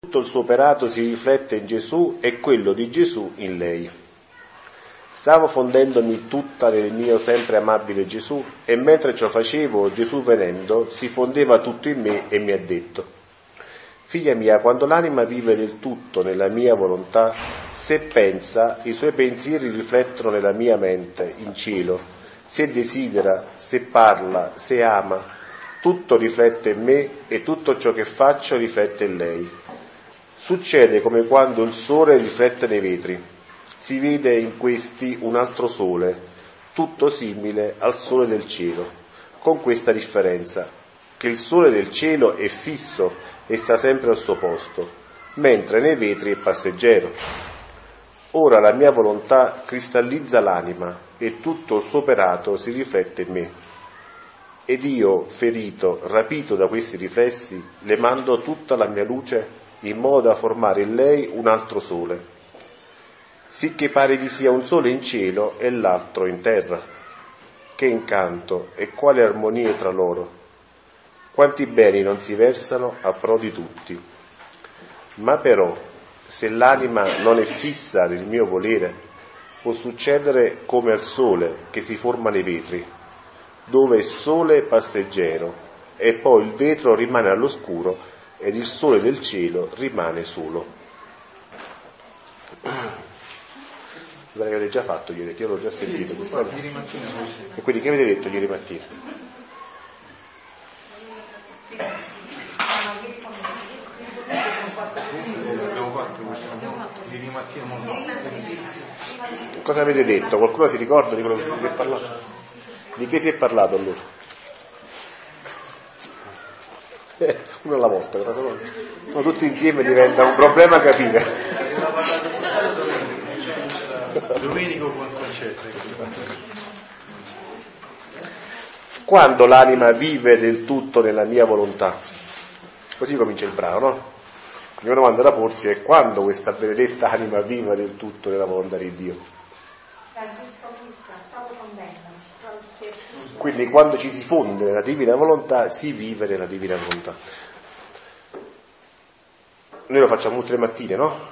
tutto il suo operato si riflette in Gesù e quello di Gesù in lei. Stavo fondendomi tutta nel mio sempre amabile Gesù e mentre ciò facevo, Gesù venendo si fondeva tutto in me e mi ha detto: figlia mia, quando l'anima vive del tutto nella mia volontà, se pensa, i suoi pensieri riflettono nella mia mente, in cielo, se desidera, se parla, se ama, tutto riflette in me e tutto ciò che faccio riflette in lei. Succede come quando il sole riflette nei vetri. Si vede in questi un altro sole, tutto simile al sole del cielo, con questa differenza, che il sole del cielo è fisso e sta sempre al suo posto, mentre nei vetri è passeggero. Ora la mia volontà cristallizza l'anima e tutto il suo operato si riflette in me. Ed io, ferito, rapito da questi riflessi, le mando tutta la mia luce in modo da formare in lei un altro sole, sicché pare vi sia un sole in cielo e l'altro in terra. Che incanto e quale armonia tra loro! Quanti beni non si versano a pro di tutti! Ma però, se l'anima non è fissa nel mio volere, può succedere come al sole che si forma nei vetri, dove è sole passeggero, e poi il vetro rimane all'oscuro ed il sole del cielo rimane solo. Che avete già fatto ieri, che io l'ho già sentito. Ieri mattina. E quindi che avete detto ieri mattina? Abbiamo fatto ieri mattina molto. Cosa avete detto? Qualcuno si ricorda di quello che si è parlato? Di che si è parlato allora? Uno alla volta, però no, tutti insieme diventa un problema capire. Domenico con concetto. Quando l'anima vive del tutto nella mia volontà, così comincia il brano, no? La mia domanda da porsi è: quando questa benedetta anima viva del tutto nella volontà di Dio? Quindi quando ci si fonde nella divina volontà, si vive nella divina volontà. Noi lo facciamo tutte le mattine, no?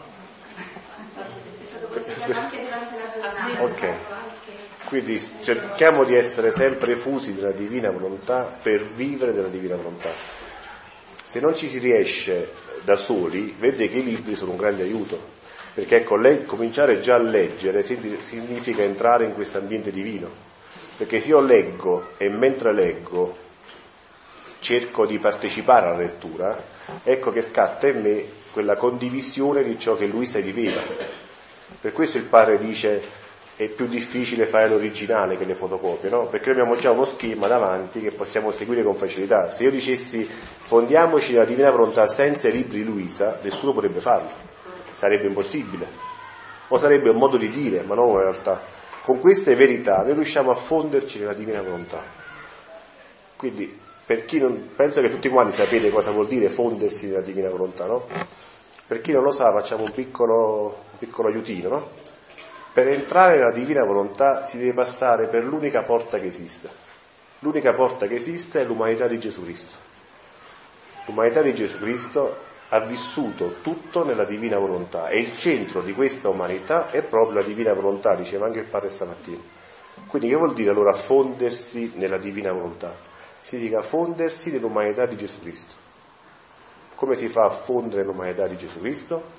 Ok, quindi cerchiamo di essere sempre fusi nella divina volontà per vivere della divina volontà. Se non ci si riesce da soli, vede che i libri sono un grande aiuto, perché ecco, cominciare già a leggere significa entrare in questo ambiente divino, perché se io leggo e mentre leggo cerco di partecipare alla lettura, ecco che scatta in me quella condivisione di ciò che Luisa viveva. Per questo il padre dice: è più difficile fare l'originale che le fotocopie, no? Perché noi abbiamo già uno schema davanti che possiamo seguire con facilità. Se io dicessi fondiamoci nella divina volontà senza i libri di Luisa, nessuno potrebbe farlo, sarebbe impossibile, o sarebbe un modo di dire, ma non una realtà. Con queste verità noi riusciamo a fonderci nella divina volontà. Quindi, per chi non, penso che tutti quanti sapete cosa vuol dire fondersi nella divina volontà, no? Per chi non lo sa, facciamo un piccolo aiutino, no? Per entrare nella divina volontà si deve passare per l'unica porta che esiste. L'unica porta che esiste è l'umanità di Gesù Cristo. L'umanità di Gesù Cristo ha vissuto tutto nella divina volontà e il centro di questa umanità è proprio la divina volontà, diceva anche il padre stamattina. Quindi che vuol dire allora fondersi nella divina volontà? Significa fondersi nell'umanità di Gesù Cristo. Come si fa a fondere l'umanità di Gesù Cristo?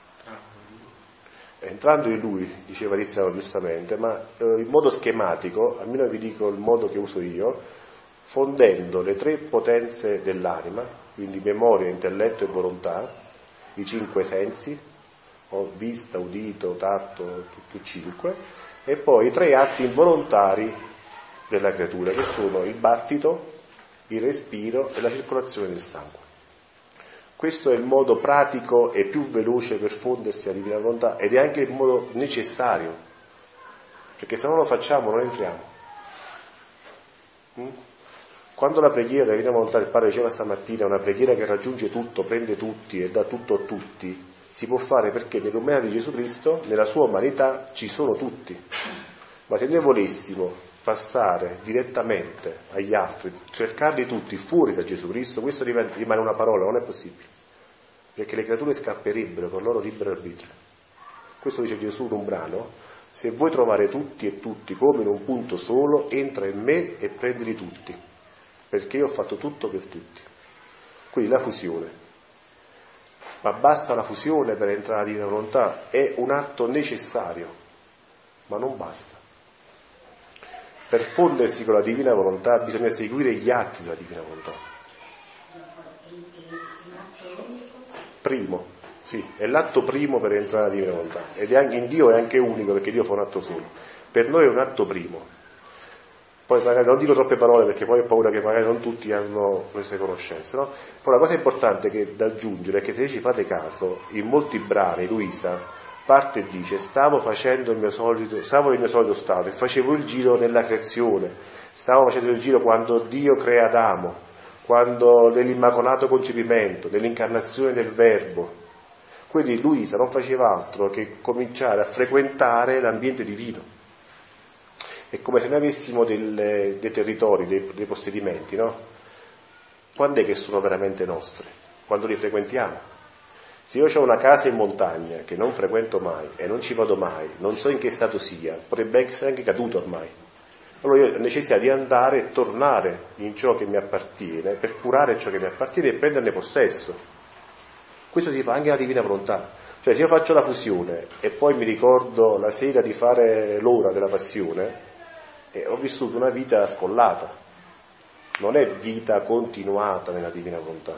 Entrando in Lui, diceva Tiziano giustamente, ma in modo schematico, almeno vi dico il modo che uso io, fondendo le tre potenze dell'anima, quindi memoria, intelletto e volontà, i cinque sensi, vista, udito, tatto, tutti cinque, e poi i tre atti involontari della creatura, che sono il battito, il respiro e la circolazione del sangue. Questo è il modo pratico e più veloce per fondersi alla divina volontà ed è anche il modo necessario, perché se non lo facciamo non entriamo. Quando la preghiera della divina volontà, il padre diceva stamattina, è una preghiera che raggiunge tutto, prende tutti e dà tutto a tutti, si può fare perché nell'umanità di Gesù Cristo, nella sua umanità, ci sono tutti. Ma se noi volessimo passare direttamente agli altri, cercarli tutti fuori da Gesù Cristo, questo rimane una parola, non è possibile. perché le creature scapperebbero con il loro libero arbitrio. Questo dice Gesù in un brano: se vuoi trovare tutti e tutti come in un punto solo, entra in me e prendili tutti, perché io ho fatto tutto per tutti. Quindi la fusione. Ma basta la fusione per entrare nella divina volontà? È un atto necessario, ma non basta. Per fondersi con la divina volontà bisogna seguire gli atti della divina volontà. Primo, sì, è l'atto primo per entrare nella divina volontà. Ed è anche, in Dio è anche unico, perché Dio fa un atto solo. Per noi è un atto primo. Poi magari non dico troppe parole perché poi ho paura che magari non tutti hanno queste conoscenze, no? Poi la cosa importante da aggiungere è che se ci fate caso, in molti brani Luisa parte e dice: stavo nel mio solito stato e facevo il giro nella creazione, stavo facendo il giro quando Dio crea Adamo, quando nell'immacolato concepimento, nell'incarnazione del Verbo. Quindi Luisa non faceva altro che cominciare a frequentare l'ambiente divino. È come se noi avessimo dei territori, dei possedimenti, no? Quando è che sono veramente nostri? Quando li frequentiamo. Se io ho una casa in montagna che non frequento mai e non ci vado mai, non so in che stato sia, potrebbe essere anche caduto ormai. Allora io ho necessità di andare e tornare in ciò che mi appartiene, per curare ciò che mi appartiene e prenderne possesso. Questo si fa anche nella divina volontà. Cioè se io faccio la fusione e poi mi ricordo la sera di fare l'ora della passione, ho vissuto una vita scollata, non è vita continuata nella divina volontà.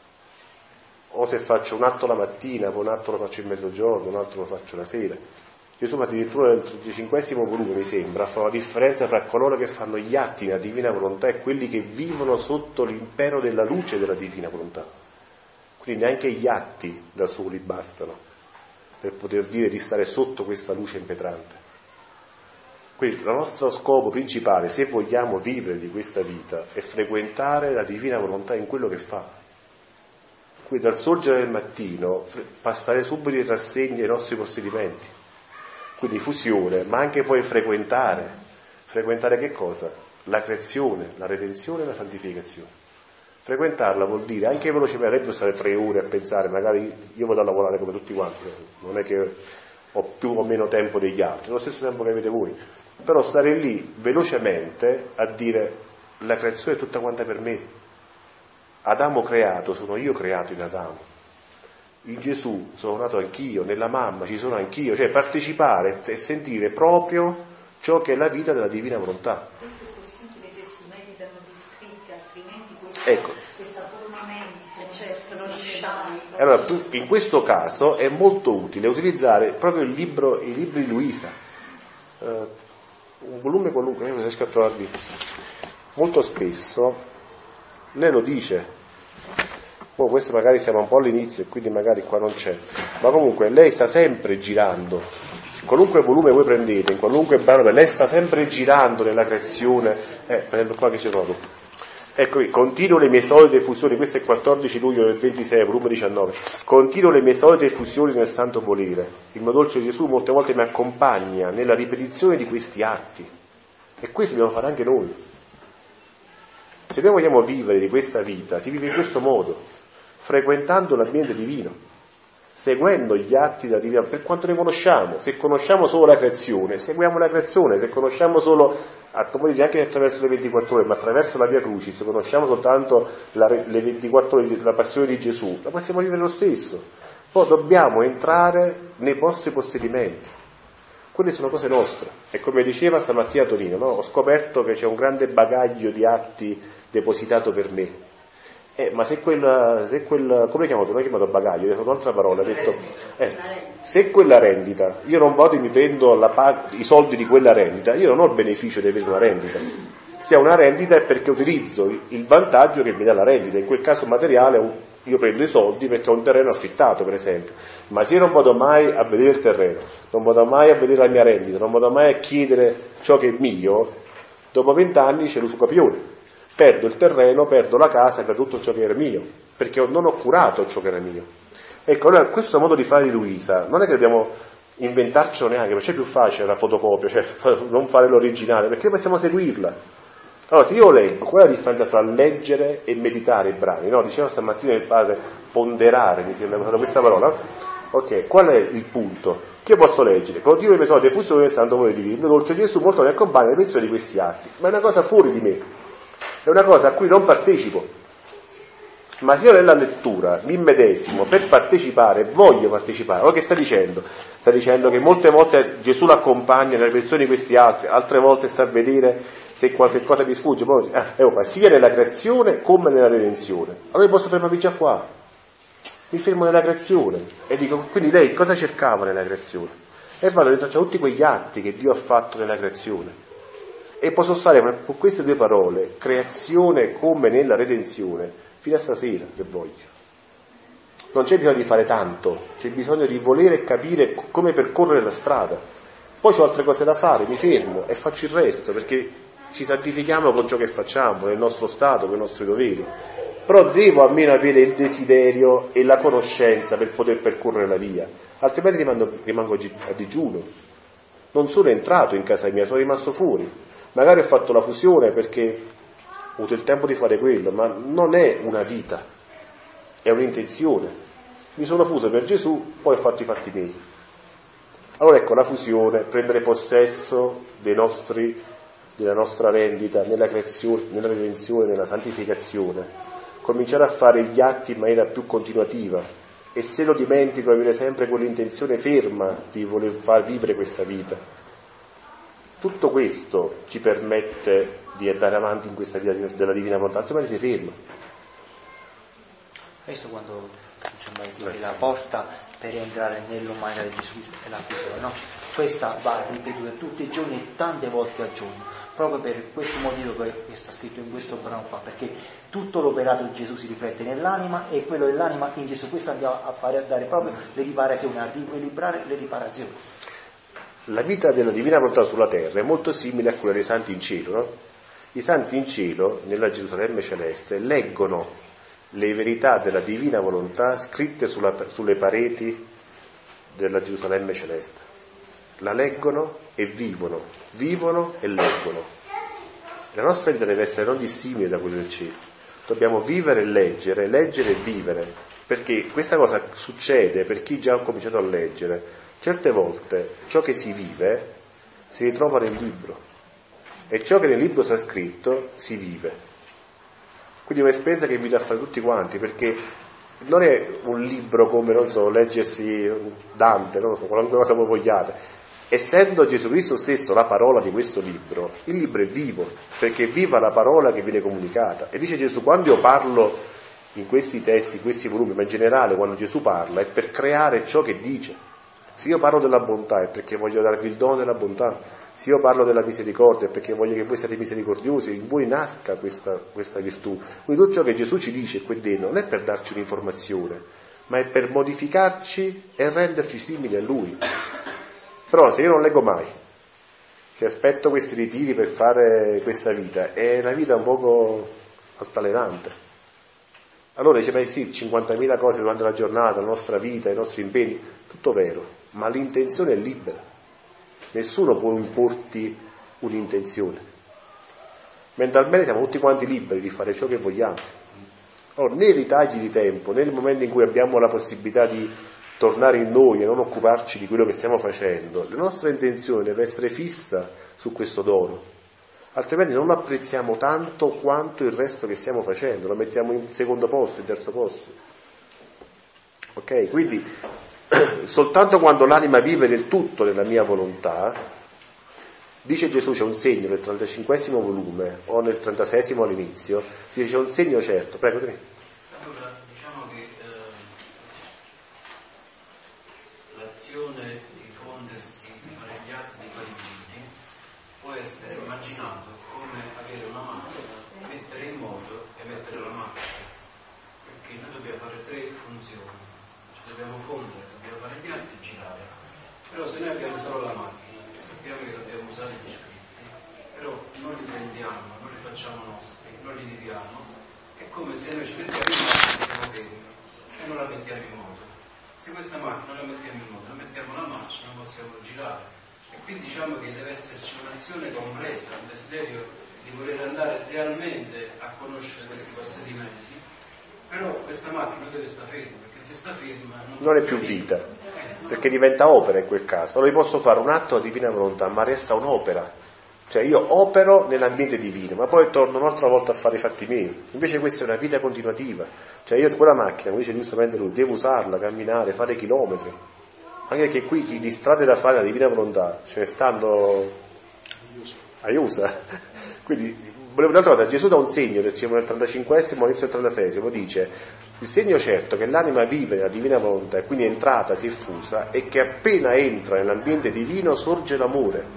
O se faccio un atto la mattina, poi un atto lo faccio in mezzogiorno, un altro lo faccio la sera. Gesù addirittura nel 35° volume, mi sembra, fa una differenza tra coloro che fanno gli atti nella divina volontà e quelli che vivono sotto l'impero della luce della divina volontà. Quindi neanche gli atti da soli bastano per poter dire di stare sotto questa luce impetrante. Quindi il nostro scopo principale, se vogliamo vivere di questa vita, è frequentare la divina volontà in quello che fa. Quindi dal sorgere del mattino passare subito in rassegna i nostri possedimenti. Quindi fusione, ma anche poi frequentare. Frequentare che cosa? La creazione, la redenzione e la santificazione. Frequentarla vuol dire anche velocemente, non devo stare 3 ore a pensare, magari io vado a lavorare come tutti quanti, non è che ho più o meno tempo degli altri, lo stesso tempo che avete voi. Però stare lì velocemente a dire: la creazione è tutta quanta per me. Adamo creato, sono io creato in Adamo. In Gesù sono nato anch'io, nella mamma ci sono anch'io. Cioè partecipare e sentire proprio ciò che è la vita della divina volontà. Questo è possibile se si meditano di scritti, altrimenti Ecco. questa forma mentis, certo, non riusciamo. Allora, in questo caso è molto utile utilizzare proprio i libri di Luisa. Un volume qualunque, non riesco a trovarvi. Molto spesso lei lo dice. Questo magari siamo un po' all'inizio e quindi magari qua non c'è, ma comunque lei sta sempre girando. Qualunque volume voi prendete, in qualunque brano, lei sta sempre girando nella creazione. Per esempio qua che ci trovo. Ecco qui, continuo le mie solite fusioni, questo è il 14 luglio del 26, volume 19. Continuo le mie solite fusioni nel santo volere. Il mio dolce Gesù molte volte mi accompagna nella ripetizione di questi atti. E questo dobbiamo fare anche noi. Se noi vogliamo vivere di questa vita, si vive in questo modo, frequentando l'ambiente divino, seguendo gli atti della divina, per quanto ne conosciamo. Se conosciamo solo la creazione, seguiamo la creazione. Se conosciamo solo, anche attraverso le 24 ore, ma attraverso la via Crucis, se conosciamo soltanto le 24 ore della passione di Gesù, la possiamo vivere lo stesso. Poi dobbiamo entrare nei nostri possedimenti. Quelle sono cose nostre. E come diceva stamattina Tonino, no? Ho scoperto che c'è un grande bagaglio di atti depositato per me. Ma se quel come chiamato? Non hai chiamato bagaglio, ho detto un'altra parola, ha detto, se quella rendita, io non vado e mi prendo i soldi di quella rendita, io non ho il beneficio di avere una rendita. Se ho una rendita è perché utilizzo il vantaggio che mi dà la rendita, in quel caso materiale io prendo i soldi perché ho un terreno affittato, per esempio, ma se io non vado mai a vedere il terreno, non vado mai a vedere la mia rendita, non vado mai a chiedere ciò che è mio, dopo 20 anni c'è l'usucapione. Perdo il terreno, perdo la casa, perdo tutto ciò che era mio, perché non ho curato ciò che era mio. Ecco, allora questo modo di fare di Luisa, non è che dobbiamo inventarcelo neanche, perché è più facile la fotocopia, cioè non fare l'originale, perché possiamo seguirla. Allora, se io leggo, qual è la differenza tra leggere e meditare i brani? No, diceva stamattina il padre ponderare, mi sembra questa parola. Ok, qual è il punto? Che io posso leggere? Continuo i miei soldi, fusso del santo amore divino, il mio dolce Gesù molto mi accompagna alle pensioni di questi atti. Ma è una cosa fuori di me, è una cosa a cui non partecipo. Ma se io nella lettura mi immedesimo per partecipare, voglio partecipare, allora che sta dicendo? Sta dicendo che molte volte Gesù l'accompagna nelle pensioni di questi altri, altre volte sta a vedere se qualche cosa mi sfugge, poi sia nella creazione come nella redenzione. Allora io posso fermarmi già qua, mi fermo nella creazione e dico, quindi lei cosa cercava nella creazione? E vado a ritracciare tutti quegli atti che Dio ha fatto nella creazione. E posso stare con queste due parole, creazione come nella redenzione, fino a stasera, che voglio. Non c'è bisogno di fare tanto, c'è bisogno di volere capire come percorrere la strada. Poi ho altre cose da fare, mi fermo e faccio il resto, perché ci santifichiamo con ciò che facciamo, nel nostro stato, con i nostri doveri. Però devo almeno avere il desiderio e la conoscenza per poter percorrere la via, altrimenti rimango a digiuno. Non sono entrato in casa mia, sono rimasto fuori. Magari ho fatto la fusione perché ho avuto il tempo di fare quello, ma non è una vita, è un'intenzione. Mi sono fuso per Gesù, poi ho fatto i fatti miei. Allora ecco, la fusione, prendere possesso della nostra rendita, nella creazione, nella redenzione, nella santificazione, cominciare a fare gli atti in maniera più continuativa, e se lo dimentico avere sempre quell'intenzione ferma di voler far vivere questa vita. Tutto questo ci permette di andare avanti in questa vita della divina volontà, altrimenti si ferma. Questo quando diciamo che la porta per entrare nell'umanità di Gesù Cristo è la fusione, no? Questa va ripetuta tutti i giorni e tante volte al giorno, proprio per questo motivo che sta scritto in questo brano qua, perché tutto l'operato di Gesù si riflette nell'anima e quello dell'anima in Gesù. Questo andiamo a dare proprio le riparazioni, a riequilibrare le riparazioni. La vita della divina volontà sulla terra è molto simile a quella dei santi in cielo, no? I santi in cielo, nella Gerusalemme celeste, leggono le verità della divina volontà scritte sulle pareti della Gerusalemme celeste. La leggono e vivono e leggono. La nostra vita deve essere non dissimile da quella del cielo. Dobbiamo vivere e leggere e vivere, perché questa cosa succede per chi già ha cominciato a leggere. Certe volte ciò che si vive si ritrova nel libro e ciò che nel libro sta scritto si vive. Quindi è un'esperienza che invito a fare tutti quanti, perché non è un libro come, non so, leggersi Dante, non so, qualunque cosa voi vogliate. Essendo Gesù Cristo stesso la parola di questo libro, il libro è vivo, perché è viva la parola che viene comunicata. E dice Gesù, quando io parlo in questi testi, in questi volumi, ma in generale quando Gesù parla, è per creare ciò che dice. Se io parlo della bontà è perché voglio darvi il dono della bontà, se io parlo della misericordia è perché voglio che voi siate misericordiosi, in voi nasca questa virtù. Quindi tutto ciò che Gesù ci dice qui dentro non è per darci un'informazione, ma è per modificarci e renderci simili a Lui. Però se io non leggo mai, se aspetto questi ritiri per fare questa vita, è una vita un poco altalenante. Allora dice, beh sì, 50.000 cose durante la giornata, la nostra vita, i nostri impegni, tutto vero, ma l'intenzione è libera. Nessuno può importi un'intenzione. Mentalmente siamo tutti quanti liberi di fare ciò che vogliamo. Allora, nei ritagli di tempo, nel momento in cui abbiamo la possibilità di tornare in noi e non occuparci di quello che stiamo facendo, la nostra intenzione deve essere fissa su questo dono, altrimenti non lo apprezziamo tanto quanto il resto che stiamo facendo, lo mettiamo in secondo posto, in terzo posto. Ok? Quindi soltanto quando l'anima vive del tutto nella mia volontà, dice Gesù, c'è un segno nel 35esimo volume o nel 36esimo all'inizio, dice c'è un segno certo. Prego, te. Allora, diciamo che l'azione di fondersi negli atti dei Parigini può essere immaginato come avere una macchina, mettere in moto e mettere la marcia, perché noi dobbiamo fare tre funzioni, ci dobbiamo fondere, dobbiamo fare gli atti e girare. Però se noi abbiamo solo la macchina e sappiamo che dobbiamo usare gli scritti, però non li prendiamo, non li facciamo nostri, non li viviamo, è come se noi ci mettiamo in macchina e siamo fermi e non la mettiamo in moto. Se questa macchina la mettiamo in moto, non mettiamo la marcia, non possiamo girare. E quindi diciamo che deve esserci un'azione completa, un desiderio di di voler andare realmente a conoscere questi passati mesi, però questa macchina deve stare ferma, perché se sta ferma non è più vita, perché diventa opera in quel caso. Allora io posso fare un atto di divina volontà, ma resta un'opera. Cioè io opero nell'ambiente divino, ma poi torno un'altra volta a fare i fatti miei. Invece questa è una vita continuativa. Cioè io quella macchina, come dice giustamente lui, devo usarla, camminare, fare chilometri. Anche perché qui chi di strade da fare la divina volontà ce ne stanno a Iusa. Quindi, volevo un'altra cosa, Gesù dà un segno, diciamo nel 35esimo, all'inizio del 36esimo, dice: il segno certo che l'anima vive nella divina volontà e quindi è entrata, si è fusa, è che appena entra nell'ambiente divino sorge l'amore.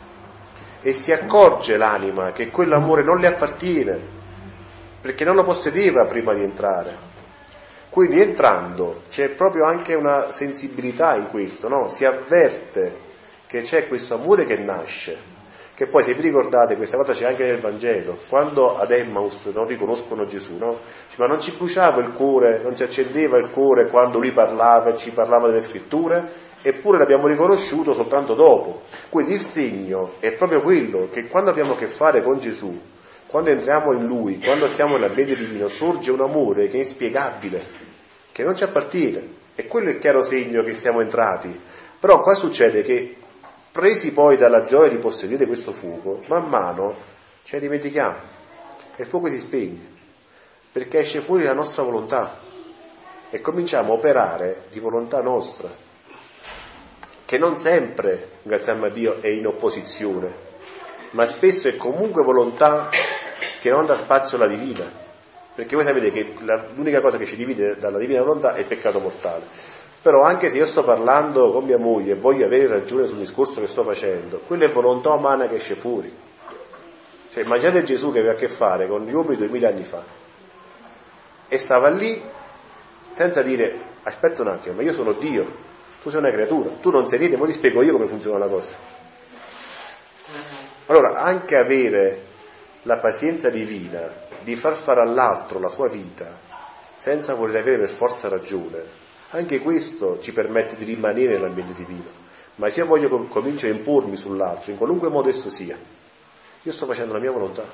E si accorge l'anima che quell'amore non le appartiene, perché non lo possedeva prima di entrare. Quindi entrando c'è proprio anche una sensibilità in questo, no? Si avverte che c'è questo amore che nasce, che poi, se vi ricordate, questa cosa c'è anche nel Vangelo, quando ad Emmaus non riconoscono Gesù, no? Ma non ci bruciava il cuore, non ci accendeva il cuore quando lui parlava e ci parlava delle scritture? Eppure l'abbiamo riconosciuto soltanto dopo. Quindi il segno è proprio quello che quando abbiamo a che fare con Gesù, quando entriamo in Lui, quando siamo nell'ambiente divino, sorge un amore che è inspiegabile, che non ci appartiene. E quello è il chiaro segno che siamo entrati. Però qua succede che, presi poi dalla gioia di possedere questo fuoco, man mano ce ne dimentichiamo e il fuoco si spegne, perché esce fuori la nostra volontà e cominciamo a operare di volontà nostra, che non sempre, ringraziamo a Dio, è in opposizione, ma spesso è comunque volontà che non dà spazio alla divina, perché voi sapete che l'unica cosa che ci divide dalla divina volontà è il peccato mortale. Però anche se io sto parlando con mia moglie e voglio avere ragione sul discorso che sto facendo, quella è volontà umana che esce fuori. Cioè immaginate Gesù che aveva a che fare con gli uomini 2000 anni fa e stava lì senza dire: aspetta un attimo, ma io sono Dio, tu sei una creatura, tu non sei niente, ma ti spiego io come funziona la cosa. Allora, anche avere la pazienza divina di far fare all'altro la sua vita senza voler avere per forza ragione, anche questo ci permette di rimanere nell'ambiente divino. Ma se io voglio comincio a impormi sull'altro, in qualunque modo esso sia, io sto facendo la mia volontà.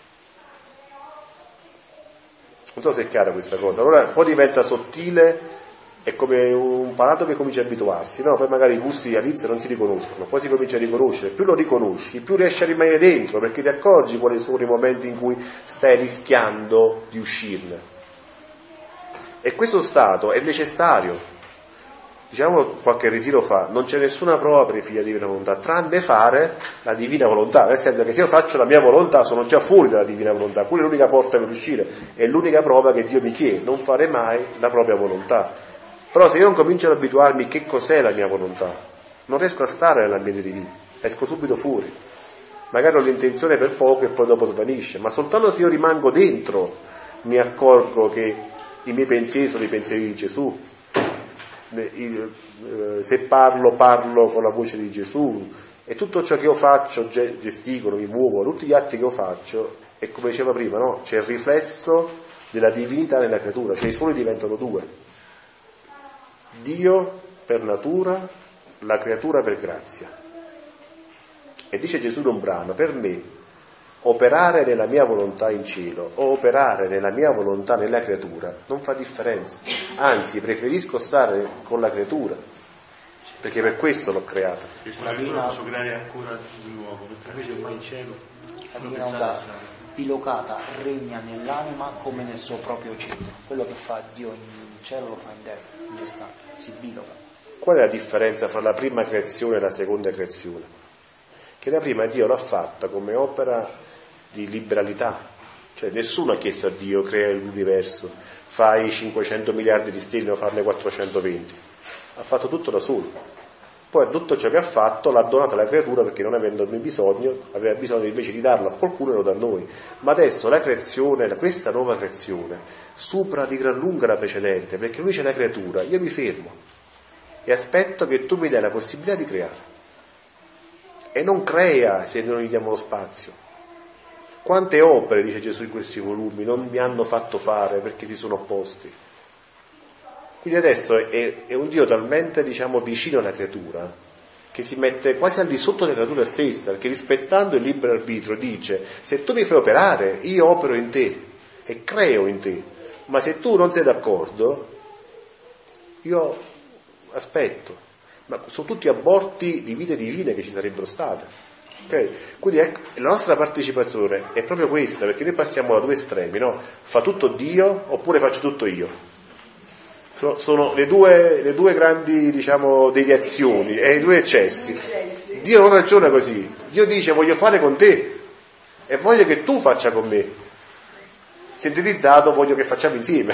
Non so se è chiara questa cosa. Allora poi diventa sottile. È come un palato che comincia a abituarsi, no? Poi magari i gusti all'inizio non si riconoscono, poi si comincia a riconoscere, più lo riconosci, più riesci a rimanere dentro, perché ti accorgi quali sono i momenti in cui stai rischiando di uscirne. E questo stato è necessario. Diciamo qualche ritiro fa, non c'è nessuna prova per i figli della divina volontà, tranne fare la divina volontà, nel senso che se io faccio la mia volontà sono già fuori dalla divina volontà, quella è l'unica porta per uscire, è l'unica prova che Dio mi chiede, non fare mai la propria volontà. Però se io non comincio ad abituarmi che cos'è la mia volontà, non riesco a stare nell'ambiente divino, esco subito fuori. Magari ho l'intenzione per poco e poi dopo svanisce, ma soltanto se io rimango dentro mi accorgo che i miei pensieri sono i pensieri di Gesù. Se parlo con la voce di Gesù e tutto ciò che io faccio, gesticolo, mi muovo, tutti gli atti che io faccio, e come diceva prima, no? C'è il riflesso della divinità nella creatura, cioè i soli diventano due. Dio per natura, la creatura per grazia. E dice Gesù in un brano: per me operare nella mia volontà in cielo o operare nella mia volontà nella creatura non fa differenza, anzi preferisco stare con la creatura, perché per questo l'ho creata. La divina posso creare ancora di nuovo, perché invece ormai in cielo la divina volontà bilocata regna nell'anima come nel suo proprio centro. Quello che fa Dio in cielo lo fa in terra, in questa si biloca. Qual è la differenza fra la prima creazione e la seconda creazione? Che la prima Dio l'ha fatta come opera di liberalità, cioè nessuno ha chiesto a Dio crea l'universo, fai 500 miliardi di stelle o farne 420, ha fatto tutto da solo. Poi tutto ciò che ha fatto l'ha donato alla creatura, perché non avendone bisogno, aveva bisogno invece di darlo a qualcuno e lo dà a noi. Ma adesso la creazione, questa nuova creazione, supera di gran lunga la precedente, perché lui c'è la creatura, io mi fermo e aspetto che tu mi dai la possibilità di creare. E non crea se non gli diamo lo spazio. Quante opere, dice Gesù in questi volumi, non mi hanno fatto fare perché si sono opposti. Quindi adesso è un Dio talmente, vicino alla creatura, che si mette quasi al di sotto della natura stessa, perché rispettando il libero arbitrio dice: se tu mi fai operare, io opero in te e creo in te, ma se tu non sei d'accordo, io aspetto. Ma sono tutti aborti di vite divine che ci sarebbero state. Okay? Quindi ecco, la nostra partecipazione è proprio questa, perché noi passiamo da due estremi, no? Fa tutto Dio oppure faccio tutto io. Sono le due grandi, diciamo, deviazioni e i due eccessi. Dio non ragiona così. Dio dice: voglio fare con te e voglio che tu faccia con me. Sintetizzato, voglio che facciamo insieme.